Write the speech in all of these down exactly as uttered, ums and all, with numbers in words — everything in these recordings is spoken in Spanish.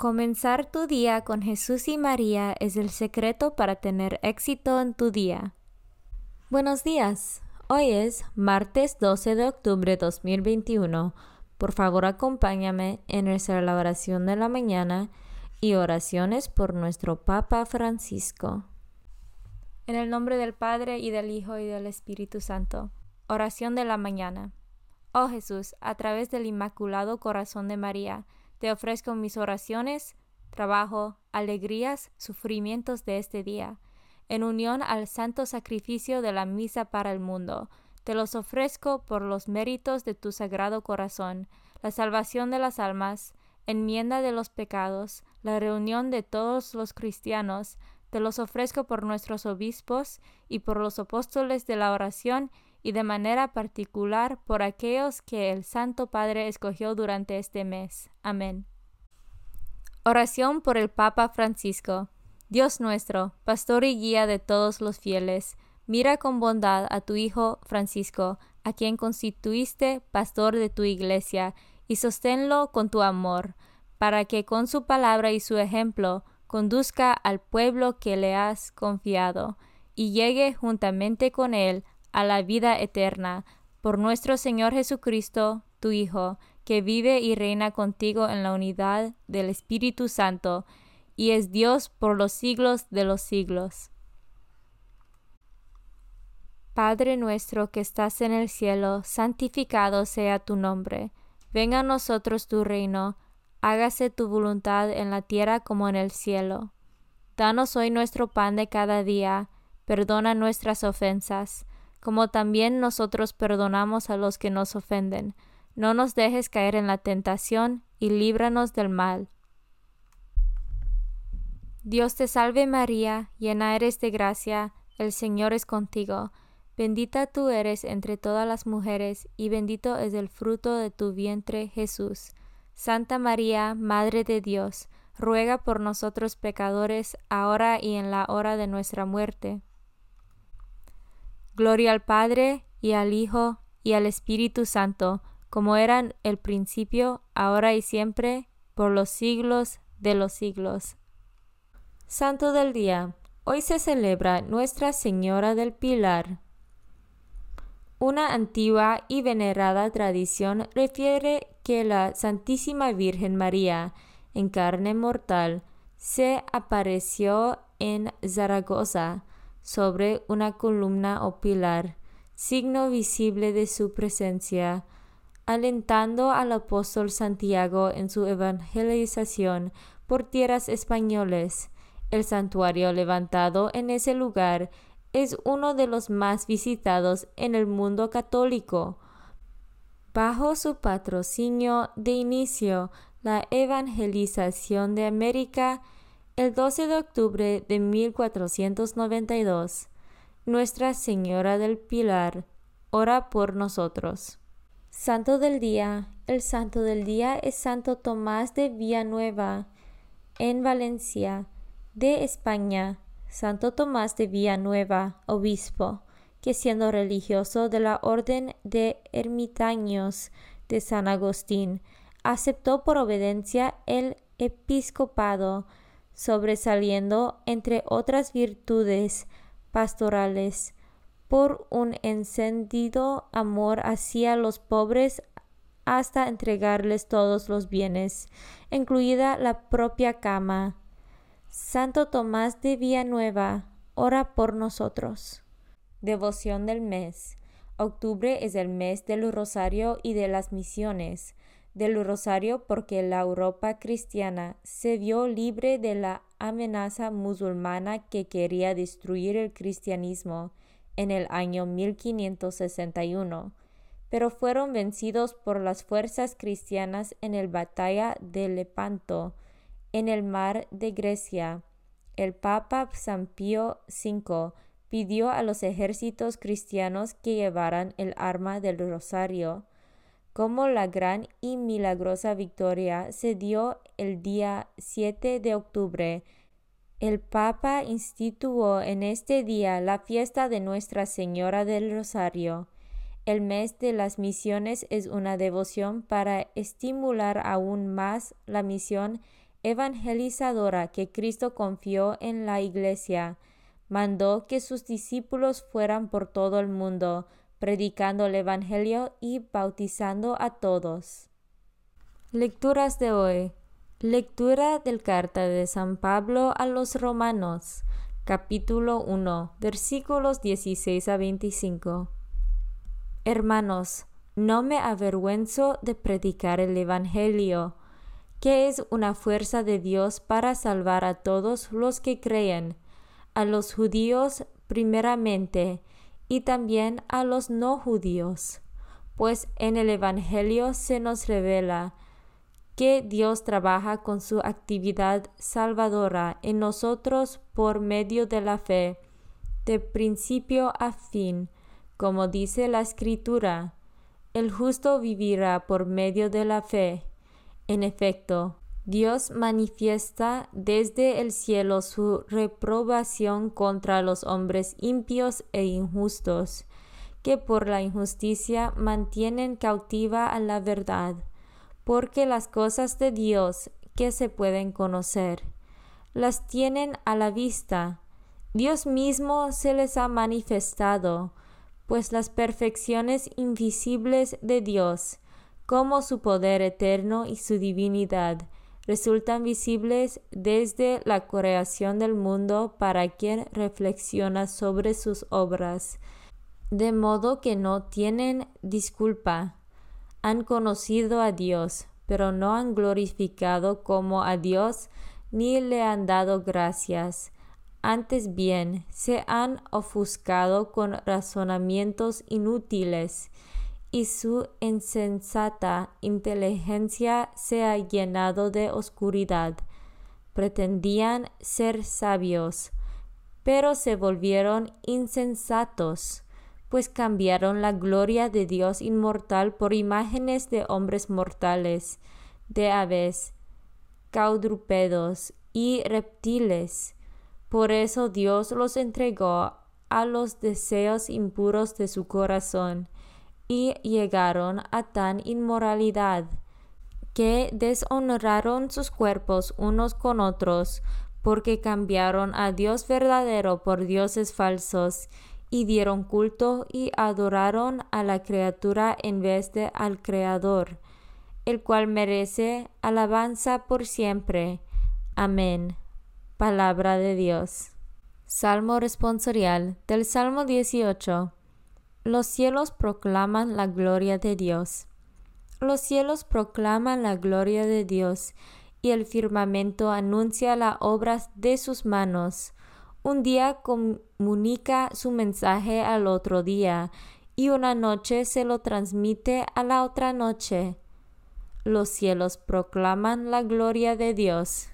Comenzar tu día con Jesús y María es el secreto para tener éxito en tu día. Buenos días. Hoy es martes doce de octubre de dos mil veintiuno. Por favor, acompáñame en nuestra oración de la mañana y oraciones por nuestro Papa Francisco. En el nombre del Padre, y del Hijo, y del Espíritu Santo. Oración de la mañana. Oh Jesús, a través del Inmaculado Corazón de María, te ofrezco mis oraciones, trabajo, alegrías, sufrimientos de este día. En unión al santo sacrificio de la misa para el mundo, te los ofrezco por los méritos de tu Sagrado Corazón, la salvación de las almas, enmienda de los pecados, la reunión de todos los cristianos. Te los ofrezco por nuestros obispos y por los apóstoles de la oración, y de manera particular por aquellos que el Santo Padre escogió durante este mes. Amén. Oración por el Papa Francisco. Dios nuestro, pastor y guía de todos los fieles, mira con bondad a tu Hijo Francisco, a quien constituiste pastor de tu Iglesia, y sosténlo con tu amor, para que con su palabra y su ejemplo conduzca al pueblo que le has confiado, y llegue juntamente con él a la vida eterna, por nuestro Señor Jesucristo, tu Hijo, que vive y reina contigo en la unidad del Espíritu Santo, y es Dios por los siglos de los siglos. Padre nuestro que estás en el cielo, santificado sea tu nombre. Venga a nosotros tu reino, hágase tu voluntad en la tierra como en el cielo. Danos hoy nuestro pan de cada día, perdona nuestras ofensas, como también nosotros perdonamos a los que nos ofenden. No nos dejes caer en la tentación, y líbranos del mal. Dios te salve María, llena eres de gracia, el Señor es contigo. Bendita tú eres entre todas las mujeres, y bendito es el fruto de tu vientre, Jesús. Santa María, Madre de Dios, ruega por nosotros pecadores, ahora y en la hora de nuestra muerte. Gloria al Padre, y al Hijo, y al Espíritu Santo, como era en el principio, ahora y siempre, por los siglos de los siglos. Santo del Día. Hoy se celebra Nuestra Señora del Pilar. Una antigua y venerada tradición refiere que la Santísima Virgen María, en carne mortal, se apareció en Zaragoza, sobre una columna o pilar, signo visible de su presencia, alentando al apóstol Santiago en su evangelización por tierras españoles. El santuario levantado en ese lugar es uno de los más visitados en el mundo católico. Bajo su patrocinio de inicio la evangelización de América, el doce de octubre de mil cuatrocientos noventa y dos, Nuestra Señora del Pilar, ora por nosotros. Santo del Día. El Santo del Día es Santo Tomás de Villanueva, en Valencia, de España. Santo Tomás de Villanueva, obispo, que siendo religioso de la Orden de Ermitaños de San Agustín, aceptó por obediencia el episcopado, sobresaliendo, entre otras virtudes pastorales, por un encendido amor hacia los pobres hasta entregarles todos los bienes, incluida la propia cama. Santo Tomás de Villanueva, ora por nosotros. Devoción del mes. Octubre es el mes del Rosario y de las misiones. Del Rosario porque la Europa cristiana se vio libre de la amenaza musulmana que quería destruir el cristianismo en el año mil quinientos sesenta y uno, pero fueron vencidos por las fuerzas cristianas en la batalla de Lepanto, en el mar de Grecia. El Papa San Pío quinto pidió a los ejércitos cristianos que llevaran el arma del Rosario. Como la gran y milagrosa victoria se dio el día siete de octubre, el Papa instituyó en este día la fiesta de Nuestra Señora del Rosario. El mes de las misiones es una devoción para estimular aún más la misión evangelizadora que Cristo confió en la Iglesia, mandó que sus discípulos fueran por todo el mundo, predicando el Evangelio y bautizando a todos. Lecturas de hoy. Lectura del carta de San Pablo a los Romanos, capítulo uno, versículos dieciséis a veinticinco. Hermanos, no me avergüenzo de predicar el Evangelio, que es una fuerza de Dios para salvar a todos los que creen, a los judíos primeramente, y también a los no judíos, pues en el Evangelio se nos revela que Dios trabaja con su actividad salvadora en nosotros por medio de la fe, de principio a fin, como dice la Escritura, el justo vivirá por medio de la fe. En efecto, Dios manifiesta desde el cielo su reprobación contra los hombres impios e injustos, que por la injusticia mantienen cautiva a la verdad, porque las cosas de Dios que se pueden conocer, las tienen a la vista. Dios mismo se les ha manifestado, pues las perfecciones invisibles de Dios, como su poder eterno y su divinidad, resultan visibles desde la creación del mundo para quien reflexiona sobre sus obras, de modo que no tienen disculpa. Han conocido a Dios, pero no han glorificado como a Dios ni le han dado gracias. Antes bien, se han ofuscado con razonamientos inútiles, y su insensata inteligencia se ha llenado de oscuridad. Pretendían ser sabios, pero se volvieron insensatos, pues cambiaron la gloria de Dios inmortal por imágenes de hombres mortales, de aves, cuadrúpedos y reptiles. Por eso Dios los entregó a los deseos impuros de su corazón, y llegaron a tan inmoralidad, que deshonraron sus cuerpos unos con otros, porque cambiaron a Dios verdadero por dioses falsos, y dieron culto y adoraron a la criatura en vez de al Creador, el cual merece alabanza por siempre. Amén. Palabra de Dios. Salmo responsorial del Salmo dieciocho. Los cielos proclaman la gloria de Dios. Los cielos proclaman la gloria de Dios, y el firmamento anuncia las obras de sus manos. Un día comunica su mensaje al otro día, y una noche se lo transmite a la otra noche. Los cielos proclaman la gloria de Dios,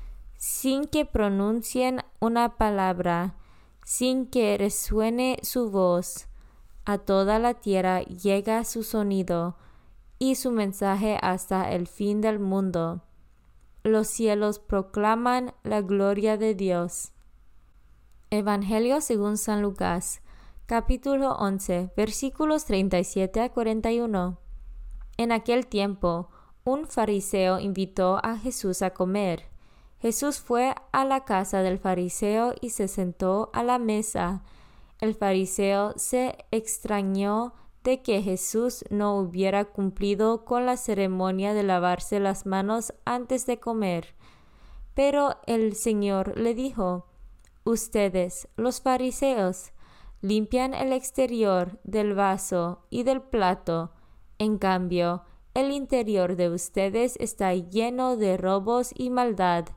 sin que pronuncien una palabra, sin que resuene su voz. A toda la tierra llega su sonido, y su mensaje hasta el fin del mundo. Los cielos proclaman la gloria de Dios. Evangelio según San Lucas, capítulo once, versículos treinta y siete a cuarenta y uno. En aquel tiempo, un fariseo invitó a Jesús a comer. Jesús fue a la casa del fariseo y se sentó a la mesa. El fariseo se extrañó de que Jesús no hubiera cumplido con la ceremonia de lavarse las manos antes de comer. Pero el Señor le dijo: Ustedes, los fariseos, limpian el exterior del vaso y del plato. En cambio, el interior de ustedes está lleno de robos y maldad.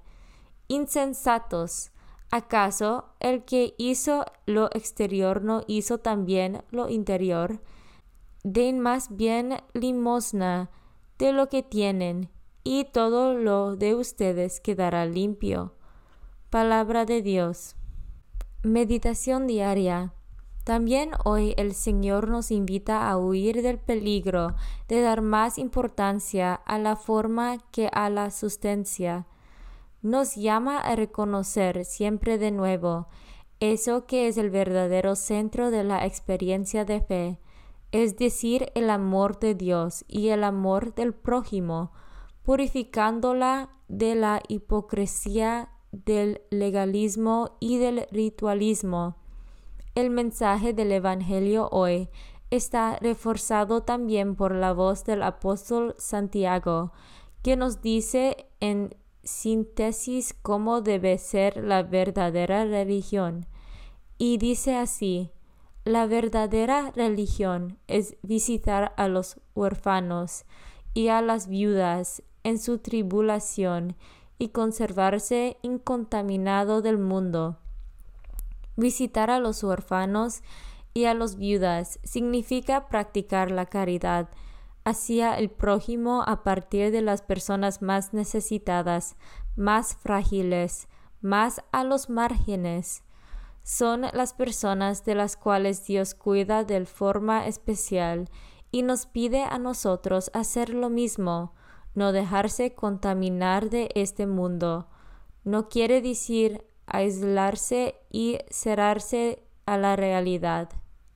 Insensatos. ¿Acaso el que hizo lo exterior no hizo también lo interior? Den más bien limosna de lo que tienen, y todo lo de ustedes quedará limpio. Palabra de Dios. Meditación diaria. También hoy el Señor nos invita a huir del peligro de dar más importancia a la forma que a la sustancia. Nos llama a reconocer siempre de nuevo eso que es el verdadero centro de la experiencia de fe, es decir, el amor de Dios y el amor del prójimo, purificándola de la hipocresía, del legalismo y del ritualismo. El mensaje del Evangelio hoy está reforzado también por la voz del apóstol Santiago, que nos dice en síntesis cómo debe ser la verdadera religión. Y dice así: la verdadera religión es visitar a los huérfanos y a las viudas en su tribulación y conservarse incontaminado del mundo. Visitar a los huérfanos y a las viudas significa practicar la caridad hacia el prójimo a partir de las personas más necesitadas, más frágiles, más a los márgenes. Son las personas de las cuales Dios cuida de forma especial y nos pide a nosotros hacer lo mismo, no dejarse contaminar de este mundo. No quiere decir aislarse y cerrarse a la realidad.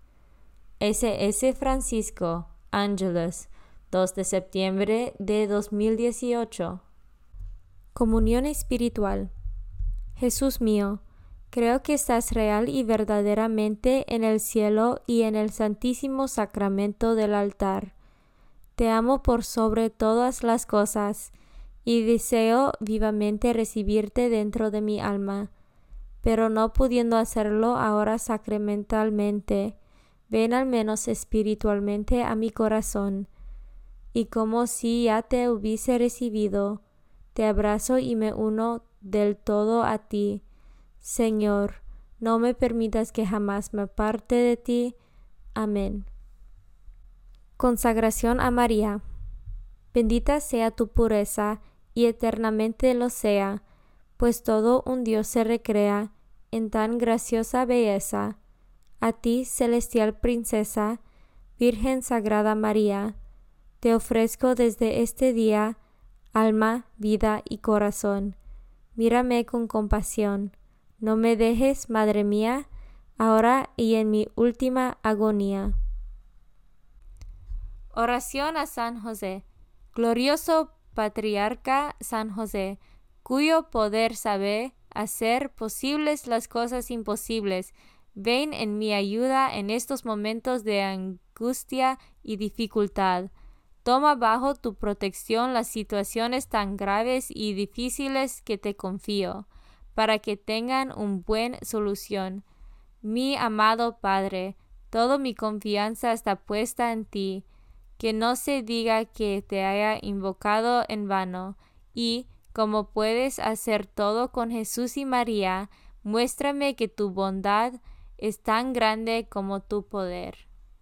ese ese Francisco Ángeles, dos de septiembre de dos mil dieciocho. Comunión espiritual. Jesús mío, creo que estás real y verdaderamente en el cielo y en el santísimo sacramento del altar. Te amo por sobre todas las cosas y deseo vivamente recibirte dentro de mi alma, pero no pudiendo hacerlo ahora sacramentalmente, ven al menos espiritualmente a mi corazón, y como si ya te hubiese recibido, te abrazo y me uno del todo a ti. Señor, no me permitas que jamás me aparte de ti. Amén. Consagración a María. Bendita sea tu pureza, y eternamente lo sea, pues todo un Dios se recrea en tan graciosa belleza. A ti, celestial princesa, Virgen Sagrada María, te ofrezco desde este día alma, vida y corazón. Mírame con compasión. No me dejes, Madre mía, ahora y en mi última agonía. Oración a San José. Glorioso Patriarca San José, cuyo poder sabe hacer posibles las cosas imposibles, ven en mi ayuda en estos momentos de angustia y dificultad. Toma bajo tu protección las situaciones tan graves y difíciles que te confío, para que tengan una buena solución. Mi amado Padre, toda mi confianza está puesta en ti. Que no se diga que te haya invocado en vano, y, como puedes hacer todo con Jesús y María, muéstrame que tu bondad es tan grande como tu poder.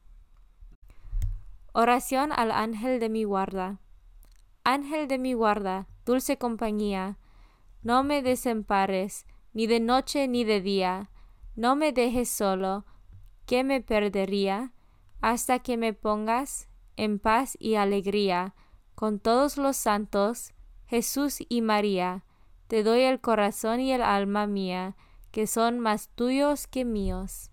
Oración al ángel de mi guarda. Ángel de mi guarda, dulce compañía, no me desampares, ni de noche ni de día, no me dejes solo, que me perdería, hasta que me pongas en paz y alegría, con todos los santos, Jesús y María, te doy el corazón y el alma mía, que son más tuyos que míos.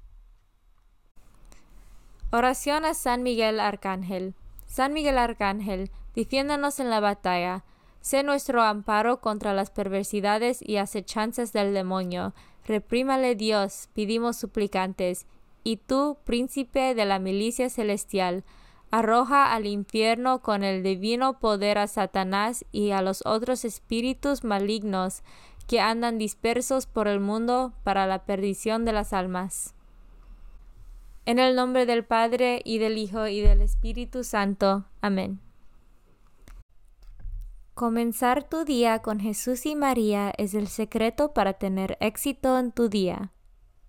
Oración a San Miguel Arcángel. San Miguel Arcángel, defiéndanos en la batalla, sé nuestro amparo contra las perversidades y acechanzas del demonio, reprímale Dios, pedimos suplicantes, y tú, príncipe de la milicia celestial, arroja al infierno con el divino poder a Satanás y a los otros espíritus malignos que andan dispersos por el mundo para la perdición de las almas. En el nombre del Padre, y del Hijo, y del Espíritu Santo. Amén. Comenzar tu día con Jesús y María es el secreto para tener éxito en tu día.